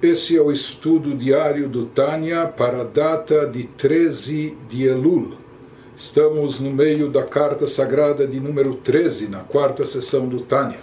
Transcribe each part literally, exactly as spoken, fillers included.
Esse é o estudo diário do Tânia para a data de treze de Elul. Estamos no meio da carta sagrada de número treze, na quarta sessão do Tânia.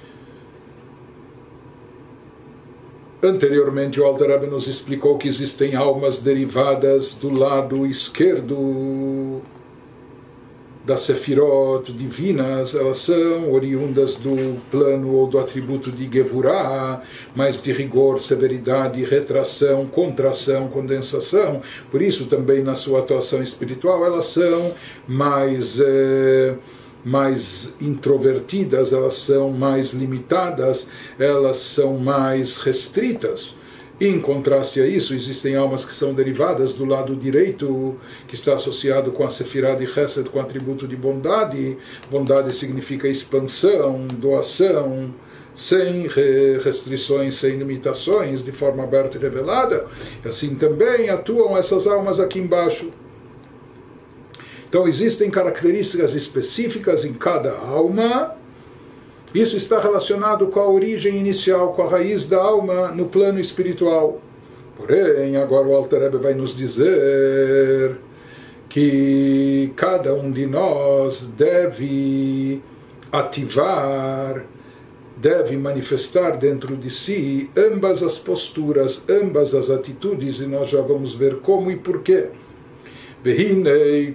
Anteriormente o Alter Rebbe nos explicou que existem almas derivadas do lado esquerdo das sefirot divinas. Elas são oriundas do plano ou do atributo de Gevurah, mas de rigor, severidade, retração, contração, condensação. Por isso também na sua atuação espiritual elas são mais... Eh, mais introvertidas, elas são mais limitadas, elas são mais restritas. Em contraste a isso, existem almas que são derivadas do lado direito, que está associado com a Sefirah de Chesed, com o atributo de bondade. Bondade significa expansão, doação, sem restrições, sem limitações, de forma aberta e revelada. Assim também atuam essas almas aqui embaixo. Então existem características específicas em cada alma. Isso está relacionado com a origem inicial, com a raiz da alma no plano espiritual. Porém, agora o Alter Rebbe vai nos dizer que cada um de nós deve ativar, deve manifestar dentro de si ambas as posturas, ambas as atitudes, e nós já vamos ver como e porquê. Ele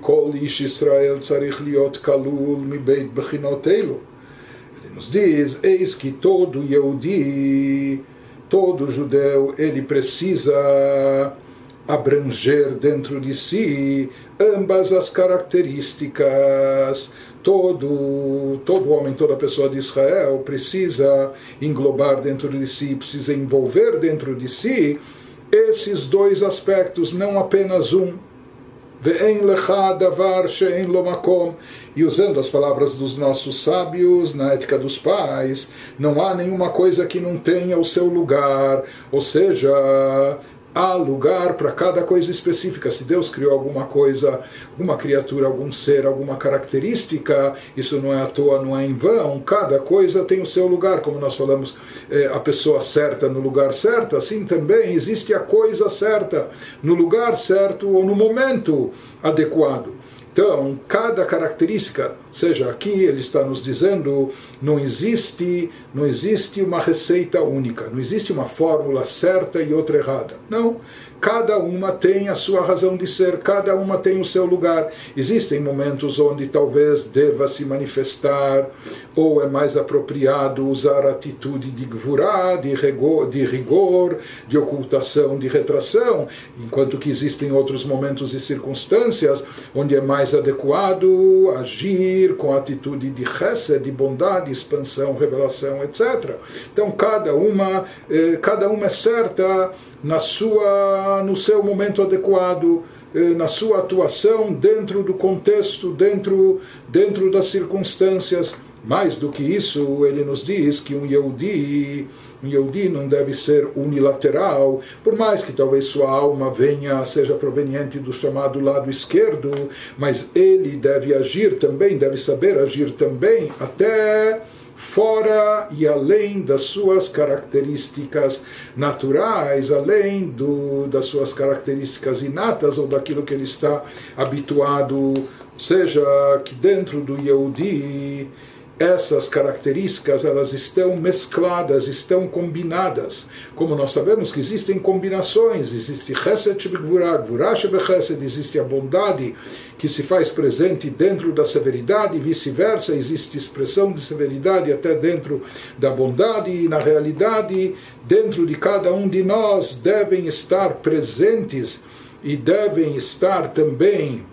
nos diz, eis que todo Yehudi, todo judeu, ele precisa abranger dentro de si ambas as características. Todo, todo homem, toda pessoa de Israel precisa englobar dentro de si, precisa envolver dentro de si esses dois aspectos, não apenas um. E usando as palavras dos nossos sábios, na ética dos pais, não há nenhuma coisa que não tenha o seu lugar, ou seja, há lugar para cada coisa específica. Se Deus criou alguma coisa, alguma criatura, algum ser, alguma característica, isso não é à toa, não é em vão. Cada coisa tem o seu lugar, como nós falamos, é, a pessoa certa no lugar certo, assim também existe a coisa certa no lugar certo ou no momento adequado. Então, cada característica, seja aqui ele está nos dizendo, não existe, não existe uma receita única, não existe uma fórmula certa e outra errada. Não, cada uma tem a sua razão de ser, cada uma tem o seu lugar. Existem momentos onde talvez deva se manifestar, ou é mais apropriado usar a atitude de gvurá, de rigor, de rigor, de ocultação, de retração, enquanto que existem outros momentos e circunstâncias onde é mais adequado agir com a atitude de chesed, de bondade, expansão, revelação, etcétera. Então cada uma, eh, cada uma é certa na sua, no seu momento adequado, eh, na sua atuação dentro do contexto, dentro, dentro das circunstâncias. Mais do que isso, ele nos diz que um Yehudi, um Yehudi não deve ser unilateral, por mais que talvez sua alma venha, seja proveniente do chamado lado esquerdo, mas ele deve agir também, deve saber agir também, até fora e além das suas características naturais, além do, das suas características inatas ou daquilo que ele está habituado. Ou seja, que dentro do Yehudi essas características elas estão mescladas, estão combinadas. Como nós sabemos que existem combinações, existe Chesed Shebegvurah, Gvurah Shebechesed, existe a bondade que se faz presente dentro da severidade e vice-versa, existe expressão de severidade até dentro da bondade, e na realidade, dentro de cada um de nós devem estar presentes e devem estar também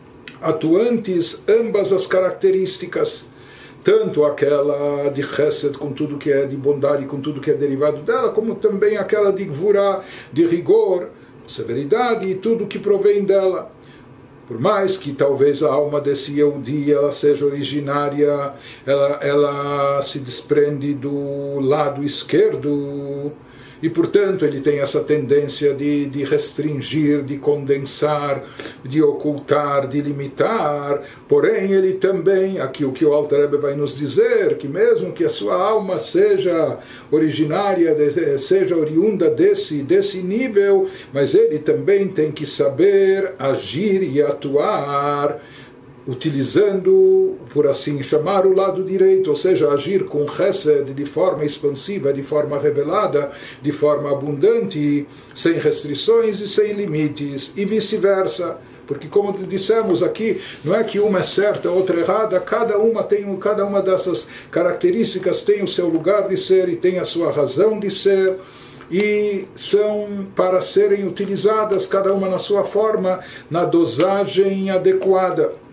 atuantes ambas as características, tanto aquela de Chesed, com tudo que é de bondade, com tudo que é derivado dela, como também aquela de Gvurah, de rigor, severidade e tudo que provém dela. Por mais que talvez a alma desse Yehudi ela seja originária, ela, ela se desprende do lado esquerdo, e portanto ele tem essa tendência de, de restringir, de condensar, de ocultar, de limitar. Porém ele também, aqui o que o Alter Rebbe vai nos dizer, que mesmo que a sua alma seja originária, seja oriunda desse, desse nível, mas ele também tem que saber agir e atuar utilizando, por assim chamar, o lado direito, ou seja, agir com chesed de forma expansiva, de forma revelada, de forma abundante, sem restrições e sem limites, e vice-versa. Porque, como dissemos aqui, não é que uma é certa, a outra é errada, cada uma, tem, cada uma dessas características tem o seu lugar de ser e tem a sua razão de ser, e são para serem utilizadas, cada uma na sua forma, na dosagem adequada.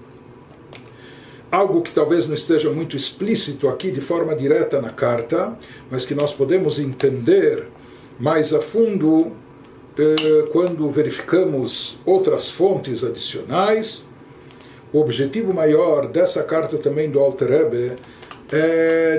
Algo que talvez não esteja muito explícito aqui de forma direta na carta, mas que nós podemos entender mais a fundo eh, quando verificamos outras fontes adicionais. O objetivo maior dessa carta também do Alter Rebbe é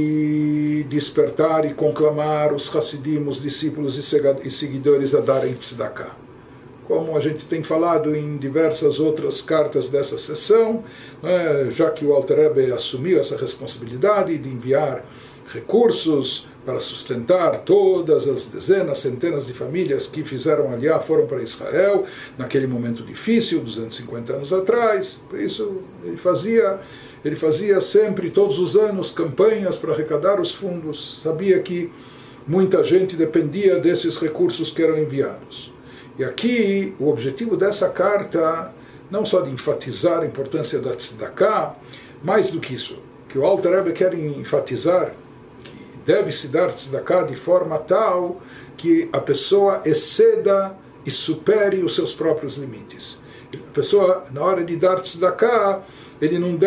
de despertar e conclamar os Hassidim, os discípulos e seguidores a darem tzedakah. Como a gente tem falado em diversas outras cartas dessa sessão, né, já que o Alter Rebbe assumiu essa responsabilidade de enviar recursos para sustentar todas as dezenas, centenas de famílias que fizeram aliá, foram para Israel, naquele momento difícil, duzentos e cinquenta anos atrás. Por isso, ele fazia, ele fazia sempre, todos os anos, campanhas para arrecadar os fundos. Sabia que muita gente dependia desses recursos que eram enviados. E aqui, o objetivo dessa carta, não só de enfatizar a importância da tzedakah, mais do que isso, que o Alter Rebbe quer enfatizar que deve-se dar tzedakah de forma tal que a pessoa exceda e supere os seus próprios limites. A pessoa, na hora de dar tzedakah, ele não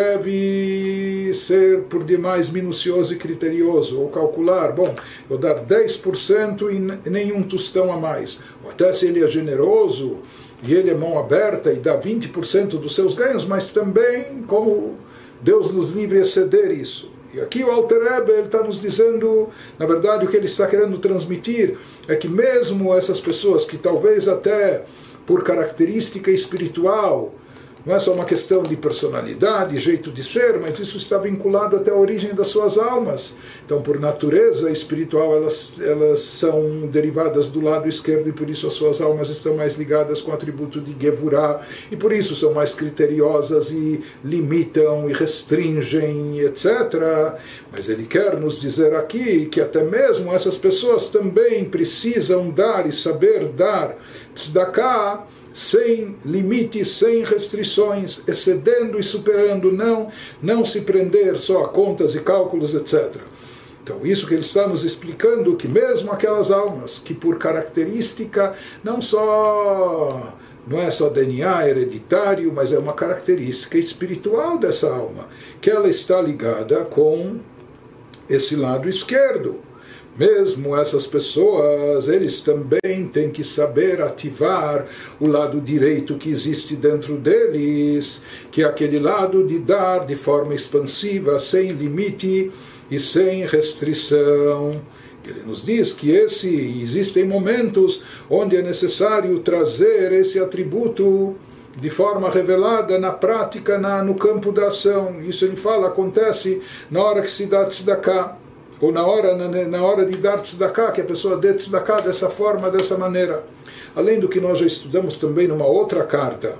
deve ser por demais minucioso e criterioso, ou calcular, bom, eu dar dez por cento e nenhum tostão a mais. Ou até se ele é generoso e ele é mão aberta e dá vinte por cento dos seus ganhos, mas também, como Deus nos livre a exceder isso. E aqui o Alter Rebbe está nos dizendo, na verdade, o que ele está querendo transmitir é que mesmo essas pessoas que talvez até por característica espiritual, não é só uma questão de personalidade, jeito de ser, mas isso está vinculado até à origem das suas almas. Então, por natureza espiritual, elas, elas são derivadas do lado esquerdo e por isso as suas almas estão mais ligadas com o atributo de Gevurah e por isso são mais criteriosas e limitam e restringem, etcétera. Mas ele quer nos dizer aqui que até mesmo essas pessoas também precisam dar e saber dar tzedakah sem limites, sem restrições, excedendo e superando, não, não se prender só a contas e cálculos, etcétera. Então, isso que ele está nos explicando, que mesmo aquelas almas que por característica, não só, não é só D N A hereditário, mas é uma característica espiritual dessa alma, que ela está ligada com esse lado esquerdo. Mesmo essas pessoas, eles também têm que saber ativar o lado direito que existe dentro deles, que é aquele lado de dar de forma expansiva, sem limite e sem restrição. Ele nos diz que esse, existem momentos onde é necessário trazer esse atributo de forma revelada na prática, na, no campo da ação. Isso ele fala, acontece na hora que se dá tzedakah, ou na hora, na, na hora de dar tzedakah, que a pessoa dê tzedakah dessa forma, dessa maneira. Além do que nós já estudamos também numa outra carta,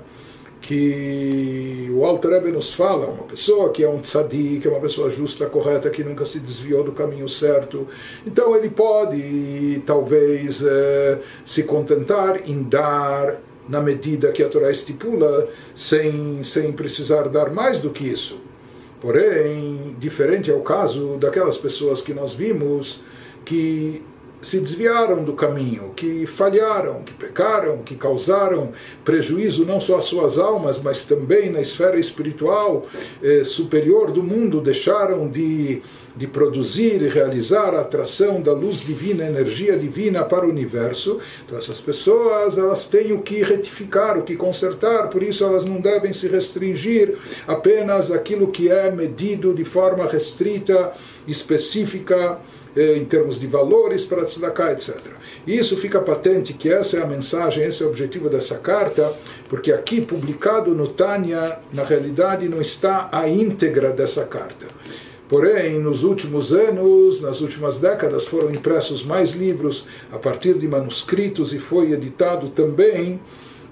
que o Alter Rebbe nos fala, uma pessoa que é um tzadik, que é uma pessoa justa, correta, que nunca se desviou do caminho certo, então ele pode, talvez, eh, se contentar em dar na medida que a Torá estipula, sem, sem precisar dar mais do que isso. Porém, diferente é o caso daquelas pessoas que nós vimos que se desviaram do caminho, que falharam, que pecaram, que causaram prejuízo não só às suas almas, mas também na esfera espiritual eh, superior do mundo, deixaram de, de produzir e realizar a atração da luz divina, a energia divina para o universo. Então essas pessoas, elas têm o que retificar, o que consertar, por isso elas não devem se restringir apenas àquilo que é medido de forma restrita específica eh, em termos de valores para tzedakah, etcétera. E isso fica patente que essa é a mensagem, esse é o objetivo dessa carta, porque aqui publicado no Tânia, na realidade não está a íntegra dessa carta. Porém, nos últimos anos, nas últimas décadas, foram impressos mais livros a partir de manuscritos e foi editado também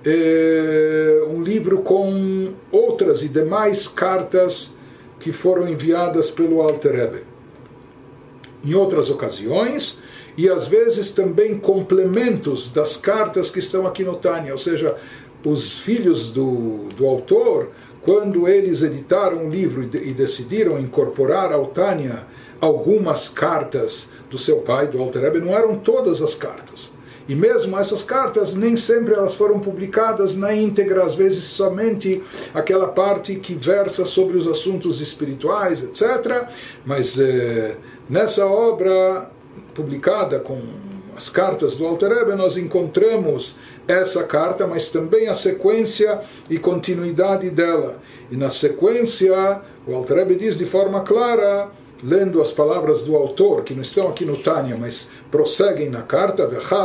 eh, um livro com outras e demais cartas que foram enviadas pelo Alter Rebbe. Em outras ocasiões, e às vezes também complementos das cartas que estão aqui no Tânia, ou seja, os filhos do, do autor, quando eles editaram um livro e decidiram incorporar ao Tânia algumas cartas do seu pai, do Alter Rebbe, não eram todas as cartas. E mesmo essas cartas, nem sempre elas foram publicadas na íntegra, às vezes somente aquela parte que versa sobre os assuntos espirituais, etcétera. Mas eh, nessa obra publicada com as cartas do Alter Rebbe, nós encontramos essa carta, mas também a sequência e continuidade dela. E na sequência, o Alter Rebbe diz de forma clara, lendo as palavras do autor, que não estão aqui no Tânia, mas prosseguem na carta,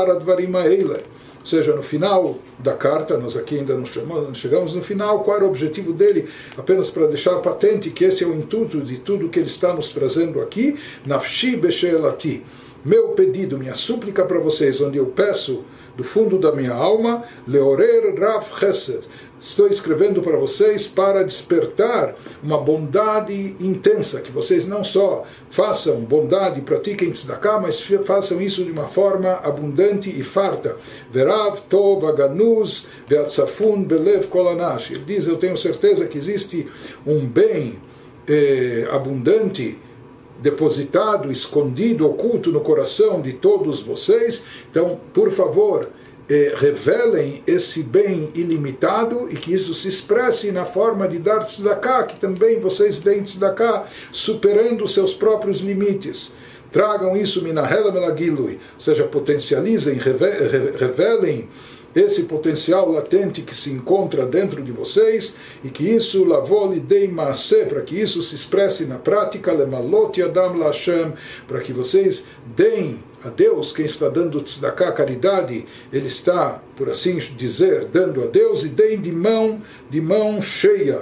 ou seja, no final da carta, nós aqui ainda não chegamos no final, qual era o objetivo dele, apenas para deixar patente que esse é o intuito de tudo que ele está nos trazendo aqui, Nafshi Besheelati, meu pedido, minha súplica para vocês, onde eu peço do fundo da minha alma, Leorer Rav Chesed, estou escrevendo para vocês para despertar uma bondade intensa, que vocês não só façam bondade, pratiquem tzedakah, mas façam isso de uma forma abundante e farta. Verav tov aganuz ve'atzafun belev kol anash. Ele diz, eu tenho certeza que existe um bem eh, abundante, depositado, escondido, oculto no coração de todos vocês. Então, por favor, eh, revelem esse bem ilimitado e que isso se expresse na forma de dar tzedakah, que também vocês deem tzedakah, superando seus próprios limites. Tragam isso minahela melagilui, ou seja, potencializem, revelem esse potencial latente que se encontra dentro de vocês, e que isso lavou lidei maaseh, para que isso se expresse na prática, lemalot yadam la Hashem, para que vocês deem a Deus, quem está dando tzedakah, caridade, ele está, por assim dizer, dando a Deus, e deem de mão, de mão cheia,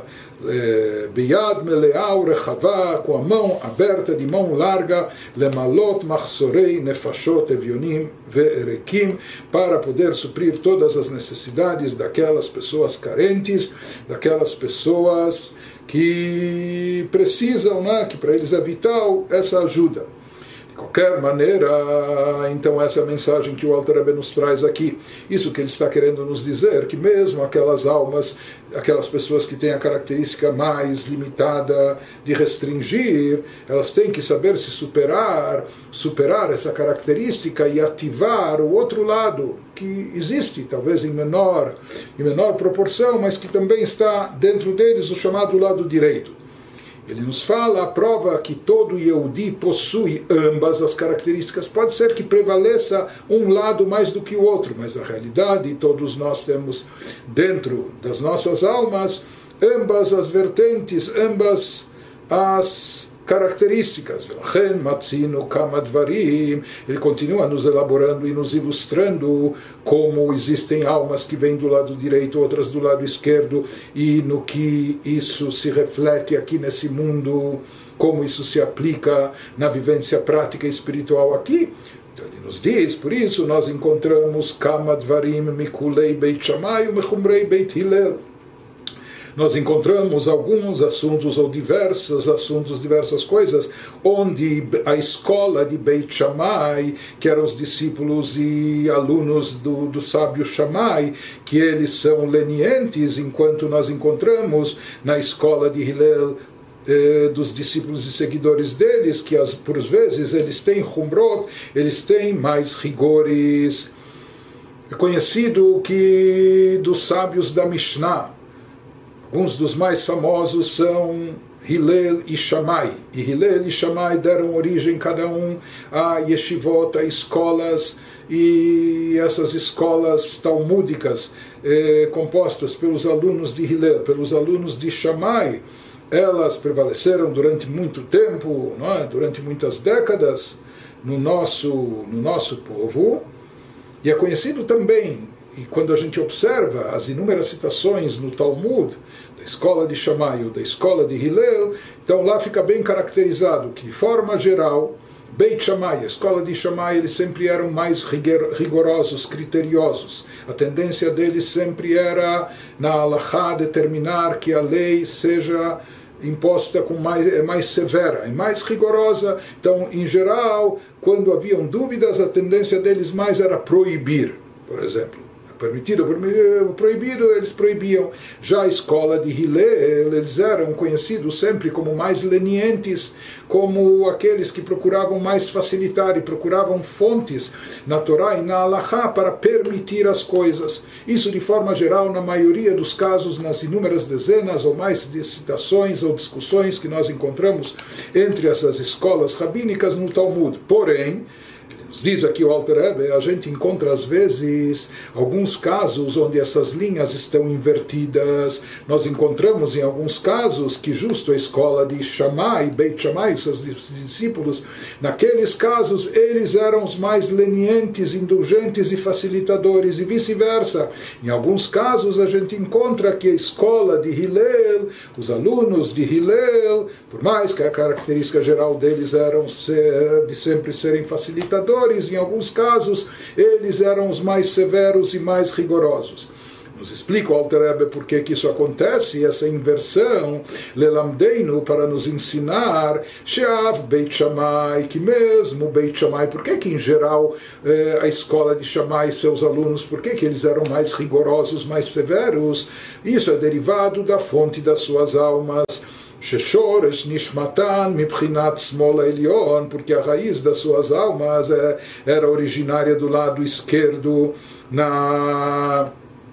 biyad meleah rechavá, com a mão aberta, de mão larga, lemalot machsorei nefashot evionim ve'erekim, para poder suprir todas as necessidades daquelas pessoas carentes, daquelas pessoas que precisam, né, que para eles é vital essa ajuda. De qualquer maneira, então essa é a mensagem que o Alter Rebbe nos traz aqui. Isso que ele está querendo nos dizer, que mesmo aquelas almas, aquelas pessoas que têm a característica mais limitada de restringir, elas têm que saber se superar, superar essa característica e ativar o outro lado, que existe, talvez em menor, em menor proporção, mas que também está dentro deles, o chamado lado direito. Ele nos fala a prova que todo Yehudi possui ambas as características. Pode ser que prevaleça um lado mais do que o outro, mas na realidade todos nós temos dentro das nossas almas ambas as vertentes, ambas as características. Ele continua nos elaborando e nos ilustrando como existem almas que vêm do lado direito, outras do lado esquerdo, e no que isso se reflete aqui nesse mundo, como isso se aplica na vivência prática e espiritual aqui. Então ele nos diz, por isso nós encontramos Kama Dvarim Mikulei Beit Shammai Umechumrei Beit Hillel. Nós encontramos alguns assuntos ou diversos assuntos, diversas coisas, onde a escola de Beit Shammai, que eram os discípulos e alunos do, do sábio Shammai, que eles são lenientes, enquanto nós encontramos na escola de Hillel, eh, dos discípulos e seguidores deles, que as, por vezes eles têm humrot, eles têm mais rigores. É conhecido que dos sábios da Mishnah, alguns dos mais famosos são Hillel e Shammai. E Hillel e Shammai deram origem cada um a yeshivot, a escolas, e essas escolas talmúdicas eh, compostas pelos alunos de Hillel, pelos alunos de Shammai, elas prevaleceram durante muito tempo, não é? Durante muitas décadas no nosso, no nosso povo, e é conhecido também, e quando a gente observa as inúmeras citações no Talmud, da escola de Shammai ou da escola de Hillel, então lá fica bem caracterizado que, de forma geral, Beit Shammai, a escola de Shammai, eles sempre eram mais rigorosos, criteriosos. A tendência deles sempre era, na halachá, determinar que a lei seja imposta com mais, é mais severa, é mais rigorosa. Então, em geral, quando haviam dúvidas, a tendência deles mais era proibir, por exemplo. Permitido, proibido, eles proibiam. Já a escola de Hillel, eles eram conhecidos sempre como mais lenientes, como aqueles que procuravam mais facilitar e procuravam fontes na Torá e na Halachá para permitir as coisas. Isso, de forma geral, na maioria dos casos, nas inúmeras dezenas ou mais de citações ou discussões que nós encontramos entre essas escolas rabínicas no Talmud. Porém, diz aqui o Alter Rebbe, a gente encontra às vezes alguns casos onde essas linhas estão invertidas. Nós encontramos em alguns casos que justo a escola de Shammai, Beit Shammai, seus discípulos, naqueles casos eles eram os mais lenientes, indulgentes e facilitadores, e vice-versa. Em alguns casos a gente encontra que a escola de Hillel, os alunos de Hillel, por mais que a característica geral deles eram ser, de sempre serem facilitadores, em alguns casos eles eram os mais severos e mais rigorosos. Nos explica o Alter Rebbe por que isso acontece, essa inversão, lelamdeinu, para nos ensinar, sheav Beit Shammai, que mesmo Beit Shammai, por que que em geral eh, a escola de Shammai e seus alunos, por que que eles eram mais rigorosos, mais severos? Isso é derivado da fonte das suas almas, Sheshoresh Nishmatan Mibchinat Smol Elion, porque a raiz das suas almas é, era originária do lado esquerdo na,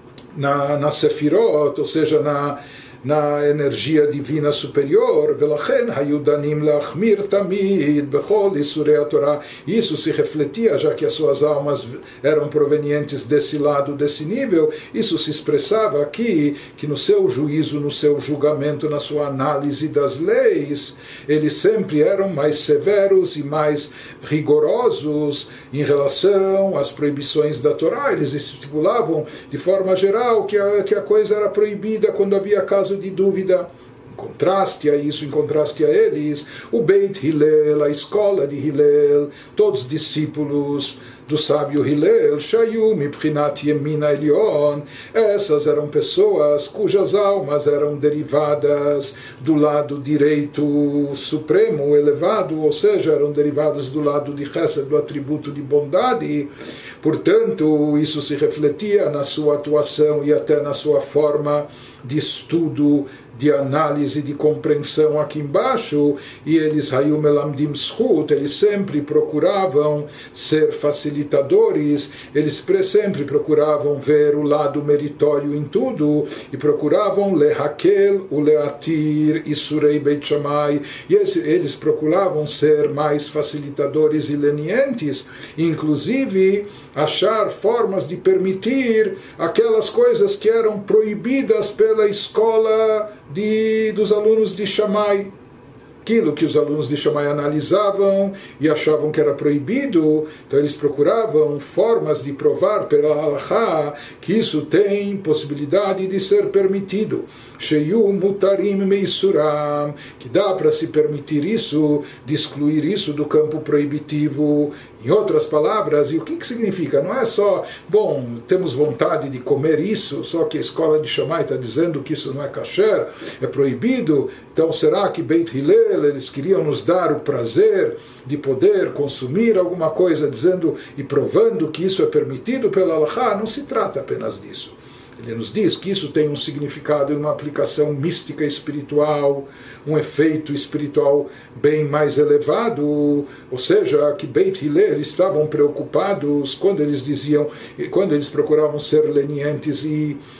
na, na Sefirot, ou seja, na, na energia divina superior. Velachen hayudanim lachmir tamid bechol isurei a Torá. Isso se refletia, já que as suas almas eram provenientes desse lado, desse nível. Isso se expressava aqui, que no seu juízo, no seu julgamento, na sua análise das leis, eles sempre eram mais severos e mais rigorosos em relação às proibições da Torá. Eles estipulavam de forma geral que a, que a coisa era proibida quando havia caso de dúvida. Em contraste a isso, em contraste a eles, o Beit Hillel, a escola de Hillel, todos discípulos do sábio Hillel, Shayu Mibchinat Yemina Elion, essas eram pessoas cujas almas eram derivadas do lado direito supremo, elevado, ou seja, eram derivadas do lado de Chesed, do atributo de bondade. Portanto, isso se refletia na sua atuação e até na sua forma de estudo, de análise, de compreensão aqui embaixo. E eles, Hayum Elamdim Zchut, eles sempre procuravam ser facilitadores, eles sempre procuravam ver o lado meritório em tudo, e procuravam lehakel o leatir isurei Beit Shammai, e eles procuravam ser mais facilitadores e lenientes, inclusive achar formas de permitir aquelas coisas que eram proibidas pela escola de, dos alunos de Shammai. Aquilo que os alunos de Shammai analisavam e achavam que era proibido, então eles procuravam formas de provar pela halachá que isso tem possibilidade de ser permitido. Sheyu mutarim meisuram, que dá para se permitir isso, de excluir isso do campo proibitivo. Em outras palavras, e o que, que significa? Não é só, bom, temos vontade de comer isso, só que a escola de Shammai está dizendo que isso não é kasher, é proibido, então será que Beit Hillel, eles queriam nos dar o prazer de poder consumir alguma coisa, dizendo e provando que isso é permitido pela halachá? Não se trata apenas disso. Ele nos diz que isso tem um significado e uma aplicação mística espiritual, um efeito espiritual bem mais elevado, ou seja, que Beit Hillel estavam preocupados quando eles diziam, quando eles procuravam ser lenientes e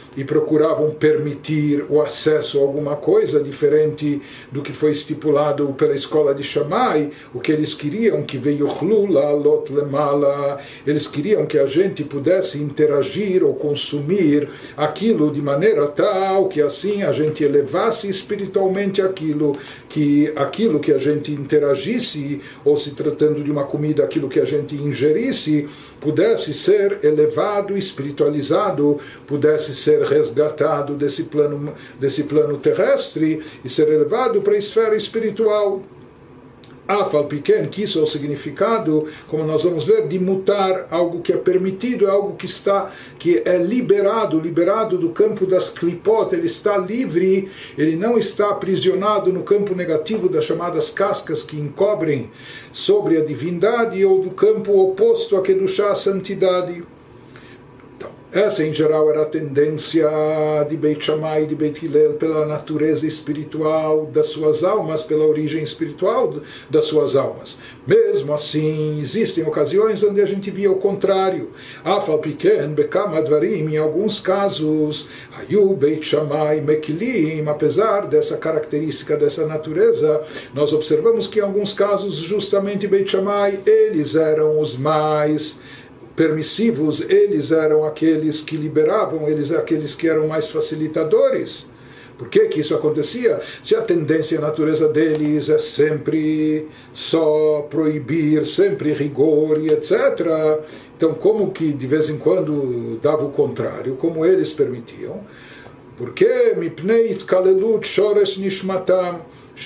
e procuravam permitir o acesso a alguma coisa diferente do que foi estipulado pela escola de Shammai. O que eles queriam, que veio Chlula, Lot Lemala, eles queriam que a gente pudesse interagir ou consumir aquilo de maneira tal que assim a gente elevasse espiritualmente aquilo, que aquilo que a gente interagisse, ou se tratando de uma comida, aquilo que a gente ingerisse, pudesse ser elevado, espiritualizado, pudesse ser resgatado desse plano, desse plano terrestre e ser elevado para a esfera espiritual. Afal pequeno, que isso é o significado, como nós vamos ver, de mutar, algo que é permitido, é algo que está, que é liberado, liberado do campo das klipot, ele está livre, ele não está aprisionado no campo negativo das chamadas cascas que encobrem sobre a divindade, ou do campo oposto a Kedushá, a santidade. Essa, em geral, era a tendência de Beit Shammai e de Beit Hillel pela natureza espiritual das suas almas, pela origem espiritual das suas almas. Mesmo assim, existem ocasiões onde a gente via o contrário. Afal piken bekam advarim, em alguns casos, hayu Beit Shammai mekilim, apesar dessa característica, dessa natureza, nós observamos que em alguns casos, justamente Beit Shammai, eles eram os mais permissivos, eles eram aqueles que liberavam, eles eram aqueles que eram mais facilitadores. Por que que isso acontecia? Se a tendência e a natureza deles é sempre só proibir, sempre rigor e etcétera, então como que de vez em quando dava o contrário, como eles permitiam? Porque mipnei tkalelut shoresh nishmatam,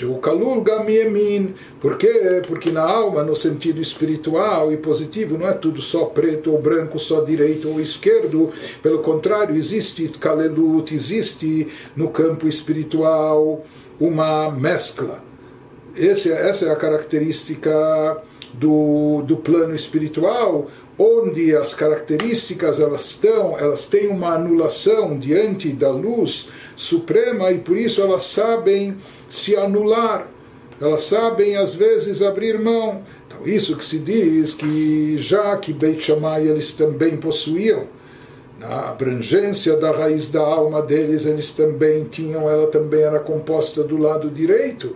por quê? Porque na alma, no sentido espiritual e positivo, não é tudo só preto ou branco, só direito ou esquerdo. Pelo contrário, existe kalelut, existe no campo espiritual uma mescla. Esse, essa é a característica do, do plano espiritual, onde as características elas estão, elas têm uma anulação diante da luz suprema e por isso elas sabem se anular, elas sabem às vezes abrir mão. Então isso que se diz que já que Beit Shammai eles também possuíam, na abrangência da raiz da alma deles, eles também tinham, ela também era composta do lado direito.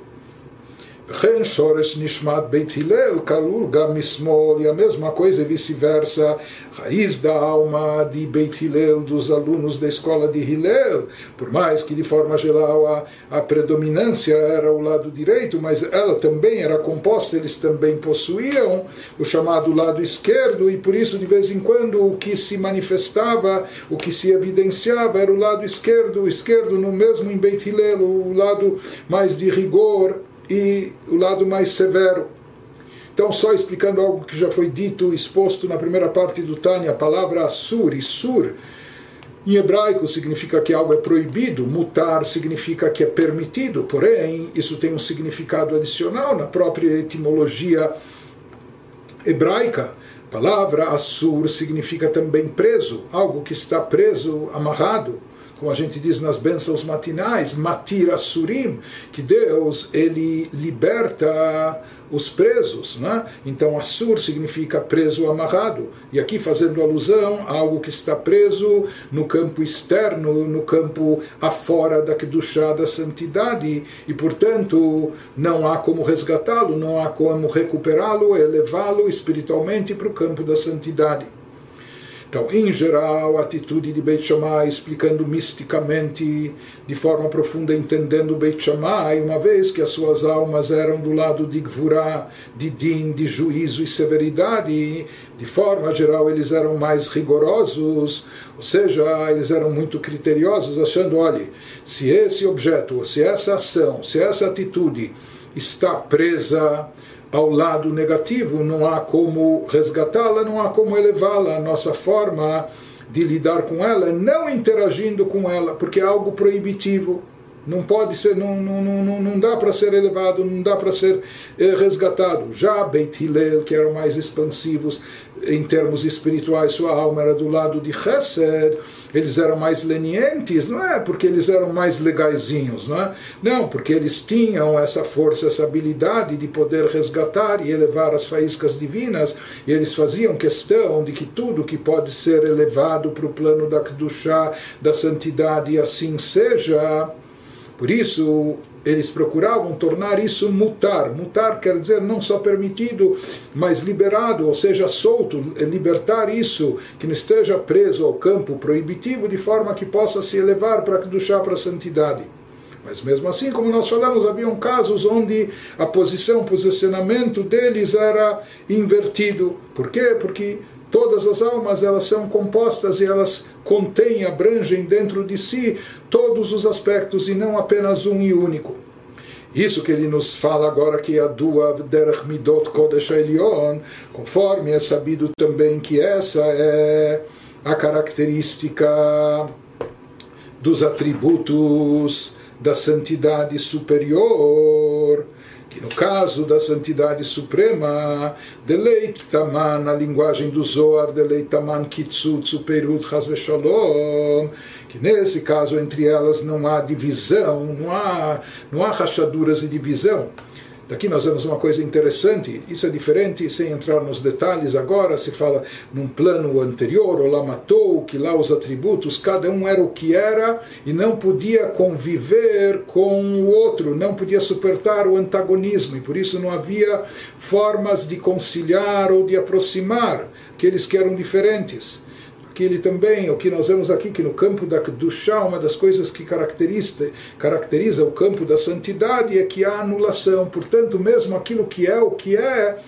E a mesma coisa e vice-versa, raiz da alma de Beit Hillel, dos alunos da escola de Hillel, por mais que de forma geral a, a predominância era o lado direito, mas ela também era composta, eles também possuíam o chamado lado esquerdo, e por isso de vez em quando o que se manifestava, o que se evidenciava era o lado esquerdo, o esquerdo no mesmo em Beit Hillel, o lado mais de rigor e o lado mais severo. Então, só explicando algo que já foi dito, exposto na primeira parte do Tânia, a palavra Assur, Issur, em hebraico significa que algo é proibido, mutar significa que é permitido, porém, isso tem um significado adicional na própria etimologia hebraica. A palavra Assur significa também preso, algo que está preso, amarrado. Como a gente diz nas bênçãos matinais, Matir Assurim, que Deus ele liberta os presos, né? Então Assur significa preso, amarrado, e aqui fazendo alusão a algo que está preso no campo externo, no campo afora da Kedushá, da santidade, e portanto não há como resgatá-lo, não há como recuperá-lo, elevá-lo espiritualmente para o campo da santidade. Então, em geral, a atitude de Beit Shammai, explicando misticamente, de forma profunda, entendendo Beit Shammai, uma vez que as suas almas eram do lado de Gvurá, de Din, de juízo e severidade, de forma geral eles eram mais rigorosos, ou seja, eles eram muito criteriosos, achando, olha, se esse objeto, se essa ação, se essa atitude está presa ao lado negativo, não há como resgatá-la, não há como elevá-la. A nossa forma de lidar com ela é não interagindo com ela, porque é algo proibitivo. não pode ser, não, não, não, não dá para ser elevado, não dá para ser eh, resgatado. Já Beit Hillel, que eram mais expansivos em termos espirituais, sua alma era do lado de Chesed, eles eram mais lenientes, não é porque eles eram mais legaizinhos, não é? Não, porque eles tinham essa força, essa habilidade de poder resgatar e elevar as faíscas divinas, e eles faziam questão de que tudo que pode ser elevado para o plano da Kedushá, da santidade, e assim seja. Por isso, eles procuravam tornar isso mutar. Mutar quer dizer não só permitido, mas liberado, ou seja, solto, libertar isso, que não esteja preso ao campo proibitivo, de forma que possa se elevar para Kedushá, para a santidade. Mas mesmo assim, como nós falamos, haviam casos onde a posição, o posicionamento deles era invertido. Por quê? Porque todas as almas, elas são compostas e elas contêm, abrangem dentro de si todos os aspectos e não apenas um e único. Isso que ele nos fala agora, que é a Dua Derech Midot Kodesh Elyon, conforme é sabido também que essa é a característica dos atributos da santidade superior, que no caso da santidade suprema, Deleit Taman, na linguagem do Zohar, Deleit Taman Kitzut Superut Chas Veshalom, que nesse caso entre elas não há divisão, não há, não há rachaduras e divisão. Daqui nós vemos uma coisa interessante, isso é diferente, sem entrar nos detalhes agora, se fala num plano anterior, o Lamatou, que lá os atributos, cada um era o que era e não podia conviver com o outro, não podia suportar o antagonismo, e por isso não havia formas de conciliar ou de aproximar aqueles que eram diferentes. Que ele também, o que nós vemos aqui, que no campo da Kedushá, uma das coisas que caracteriza, caracteriza o campo da santidade é que há anulação. Portanto, mesmo aquilo que é o que é,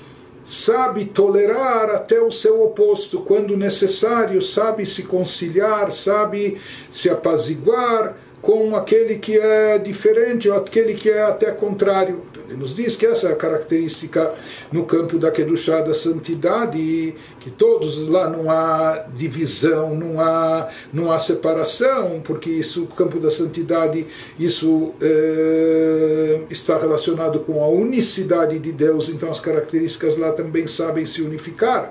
sabe tolerar até o seu oposto, quando necessário, sabe se conciliar, sabe se apaziguar com aquele que é diferente ou aquele que é até contrário. Ele nos diz que essa é a característica no campo da Kedushá, da santidade, que todos lá não há divisão, não há, não há separação, porque isso, o campo da santidade, isso é, está relacionado com a unicidade de Deus, então as características lá também sabem se unificar.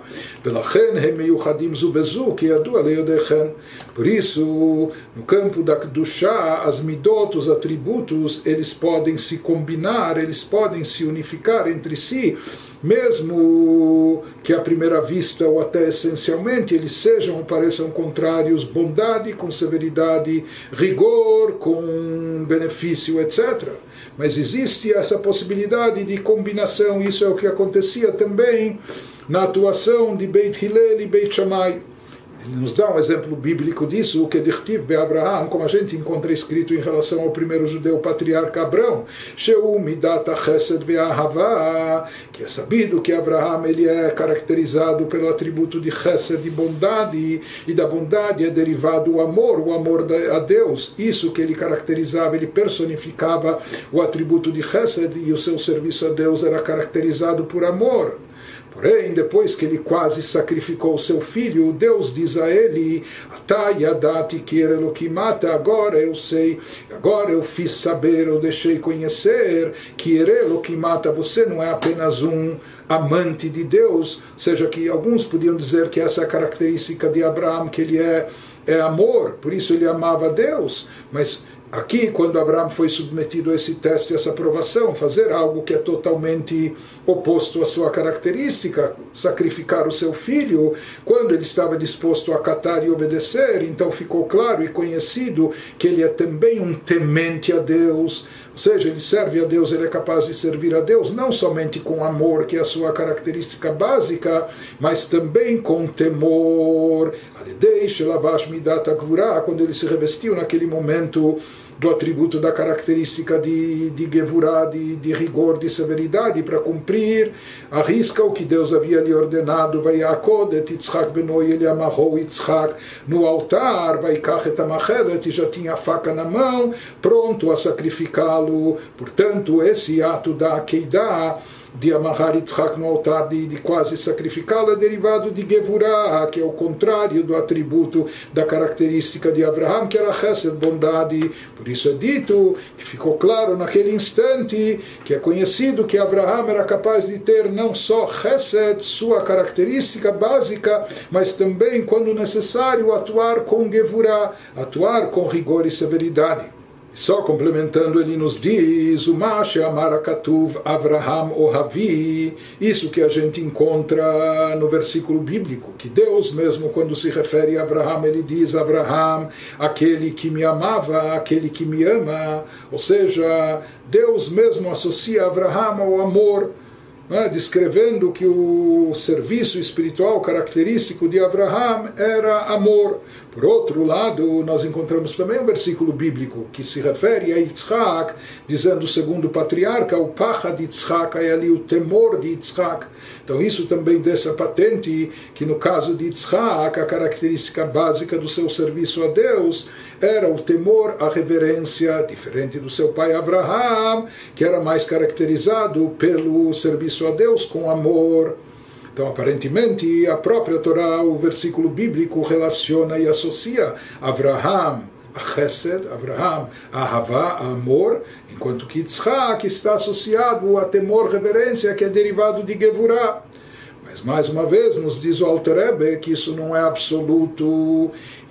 Por isso, no campo da Kedushá, as midot, os atributos, eles podem se combinar, eles podem se unificar entre si, mesmo que à primeira vista ou até essencialmente eles sejam, pareçam contrários, bondade com severidade, rigor com benefício, etcétera. Mas existe essa possibilidade de combinação, isso é o que acontecia também na atuação de Beit Hillel e Beit Shammai. Ele nos dá um exemplo bíblico disso, o que Dichtiv be Abraham, como a gente encontra escrito em relação ao primeiro judeu patriarca Abrão, Sheu midat chesed ve'ahavá, que é sabido que Abraham ele é caracterizado pelo atributo de chesed, de bondade, e da bondade é derivado o amor, o amor a Deus. Isso que ele caracterizava, ele personificava o atributo de chesed, e o seu serviço a Deus era caracterizado por amor. Porém, depois que ele quase sacrificou o seu filho, Deus diz a ele, agora eu sei, agora eu fiz saber, eu deixei conhecer, que você não é apenas um amante de Deus, ou seja, que alguns podiam dizer que essa é a característica de Abraão, que ele é, é amor, por isso ele amava Deus, mas aqui, quando Abraão foi submetido a esse teste, a essa provação, fazer algo que é totalmente oposto à sua característica, sacrificar o seu filho, quando ele estava disposto a acatar e obedecer, então ficou claro e conhecido que ele é também um temente a Deus, ou seja, ele serve a Deus, ele é capaz de servir a Deus, não somente com amor, que é a sua característica básica, mas também com temor. Quando ele se revestiu naquele momento do atributo da característica de, de Gevurá, de, de rigor, de severidade, para cumprir a risca o que Deus havia lhe ordenado. Vai Yaakov et Yitzchak benoi, ele amarrou Yitzchak no altar, vai Kachet amachedet, e já tinha a faca na mão, pronto a sacrificá-lo. Portanto, esse ato da Akeidah de amarrar Yitzhak no altar, de, de quase sacrificá-lo, é derivado de Gevurah, que é o contrário do atributo, da característica de Abraham, que era Chesed, bondade. Por isso é dito, que ficou claro naquele instante, que é conhecido que Abraham era capaz de ter não só Chesed, sua característica básica, mas também, quando necessário, atuar com Gevurah, atuar com rigor e severidade. Só complementando, ele nos diz, o Mashe Amar Katuv Avraham Ohavi, isso que a gente encontra no versículo bíblico, que Deus mesmo, quando se refere a Avraham, ele diz, Avraham, aquele que me amava, aquele que me ama, ou seja, Deus mesmo associa Avraham ao amor, né, descrevendo que o serviço espiritual característico de Abraham era amor. Por outro lado, nós encontramos também um versículo bíblico que se refere a Yitzhak, dizendo, segundo o patriarca, o pacha de Yitzhak, é ali o temor de Yitzhak. Então isso também deixa patente que no caso de Yitzhak, a característica básica do seu serviço a Deus era o temor, a reverência, diferente do seu pai Abraham, que era mais caracterizado pelo serviço a Deus com amor. Então, aparentemente, a própria Torá, o versículo bíblico, relaciona e associa Avraham a Chesed, Avraham a Ahavá, a amor, enquanto que Yitzhak está associado a temor, reverência, que é derivado de Gevurah. Mas, mais uma vez, nos diz o Alter Rebbe que isso não é absoluto.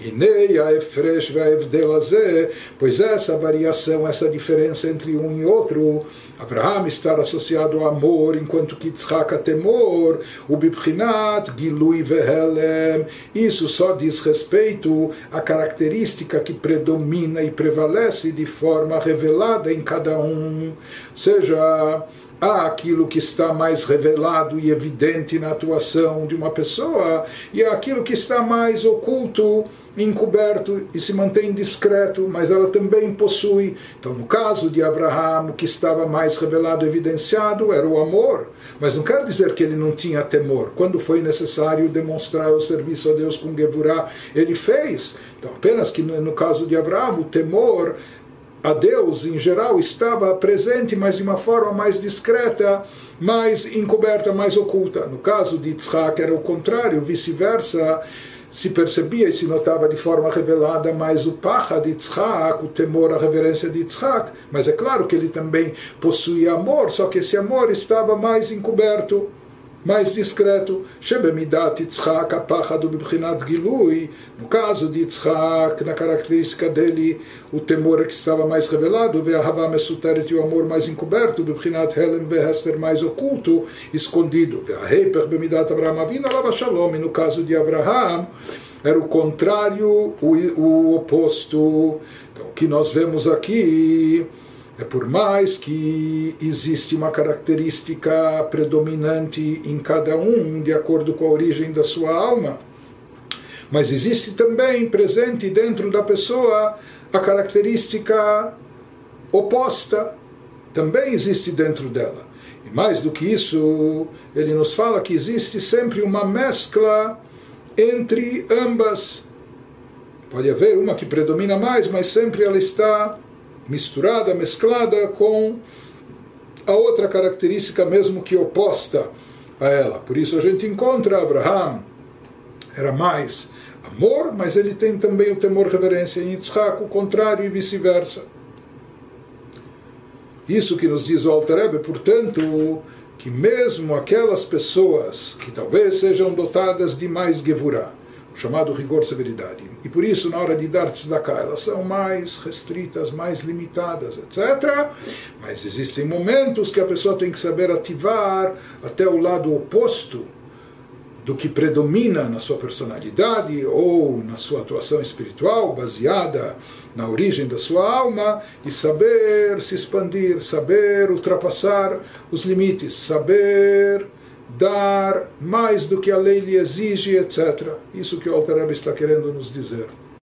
Pois essa variação, essa diferença entre um e outro, Abraham estar associado ao amor, enquanto que Yitzhak a temor, o Bibchinat, Gilui Vehelem, isso só diz respeito à característica que predomina e prevalece de forma revelada em cada um, seja há aquilo que está mais revelado e evidente na atuação de uma pessoa, e há aquilo que está mais oculto, encoberto e se mantém discreto, mas ela também possui. Então, no caso de Abraham, o que estava mais revelado e evidenciado era o amor, mas não quer dizer que ele não tinha temor. Quando foi necessário demonstrar o serviço a Deus com Gevurah, ele fez. Então, apenas que no caso de Abraham, o temor a Deus, em geral, estava presente, mas de uma forma mais discreta, mais encoberta, mais oculta. No caso de Yitzhak era o contrário, vice-versa, se percebia e se notava de forma revelada mais o pacha de Yitzhak, o temor, a reverência de Yitzhak, mas é claro que ele também possuía amor, só que esse amor estava mais encoberto, mais discreto. Shebemidat Yitzhak apacha do bibchinat gilui, no caso de Yitzhak, na característica dele, o temor é que estava mais revelado, ve'ahavá mesuteret, e o amor mais encoberto, bibchinat helem ve'hester, mais oculto, escondido, ve'aheiper bemidat Abraham avinu alav shalom, e no caso de Abraham era o contrário, o, o oposto. Então, o que nós vemos aqui é, por mais que existe uma característica predominante em cada um, de acordo com a origem da sua alma, mas existe também presente dentro da pessoa a característica oposta, também existe dentro dela. E mais do que isso, ele nos fala que existe sempre uma mescla entre ambas. Pode haver uma que predomina mais, mas sempre ela está misturada, mesclada com a outra característica mesmo que oposta a ela. Por isso a gente encontra Abraham, era mais amor, mas ele tem também o temor, reverência, em Yitzhak, o contrário e vice-versa. Isso que nos diz o Alter Rebbe, portanto, que mesmo aquelas pessoas que talvez sejam dotadas de mais Gevurah, chamado rigor severidade, e por isso na hora de dar tzedakah elas são mais restritas, mais limitadas, etcétera. Mas existem momentos que a pessoa tem que saber ativar até o lado oposto do que predomina na sua personalidade ou na sua atuação espiritual, baseada na origem da sua alma, e saber se expandir, saber ultrapassar os limites, saber dar mais do que a lei lhe exige, etcétera. Isso que o Alter Rebbe está querendo nos dizer.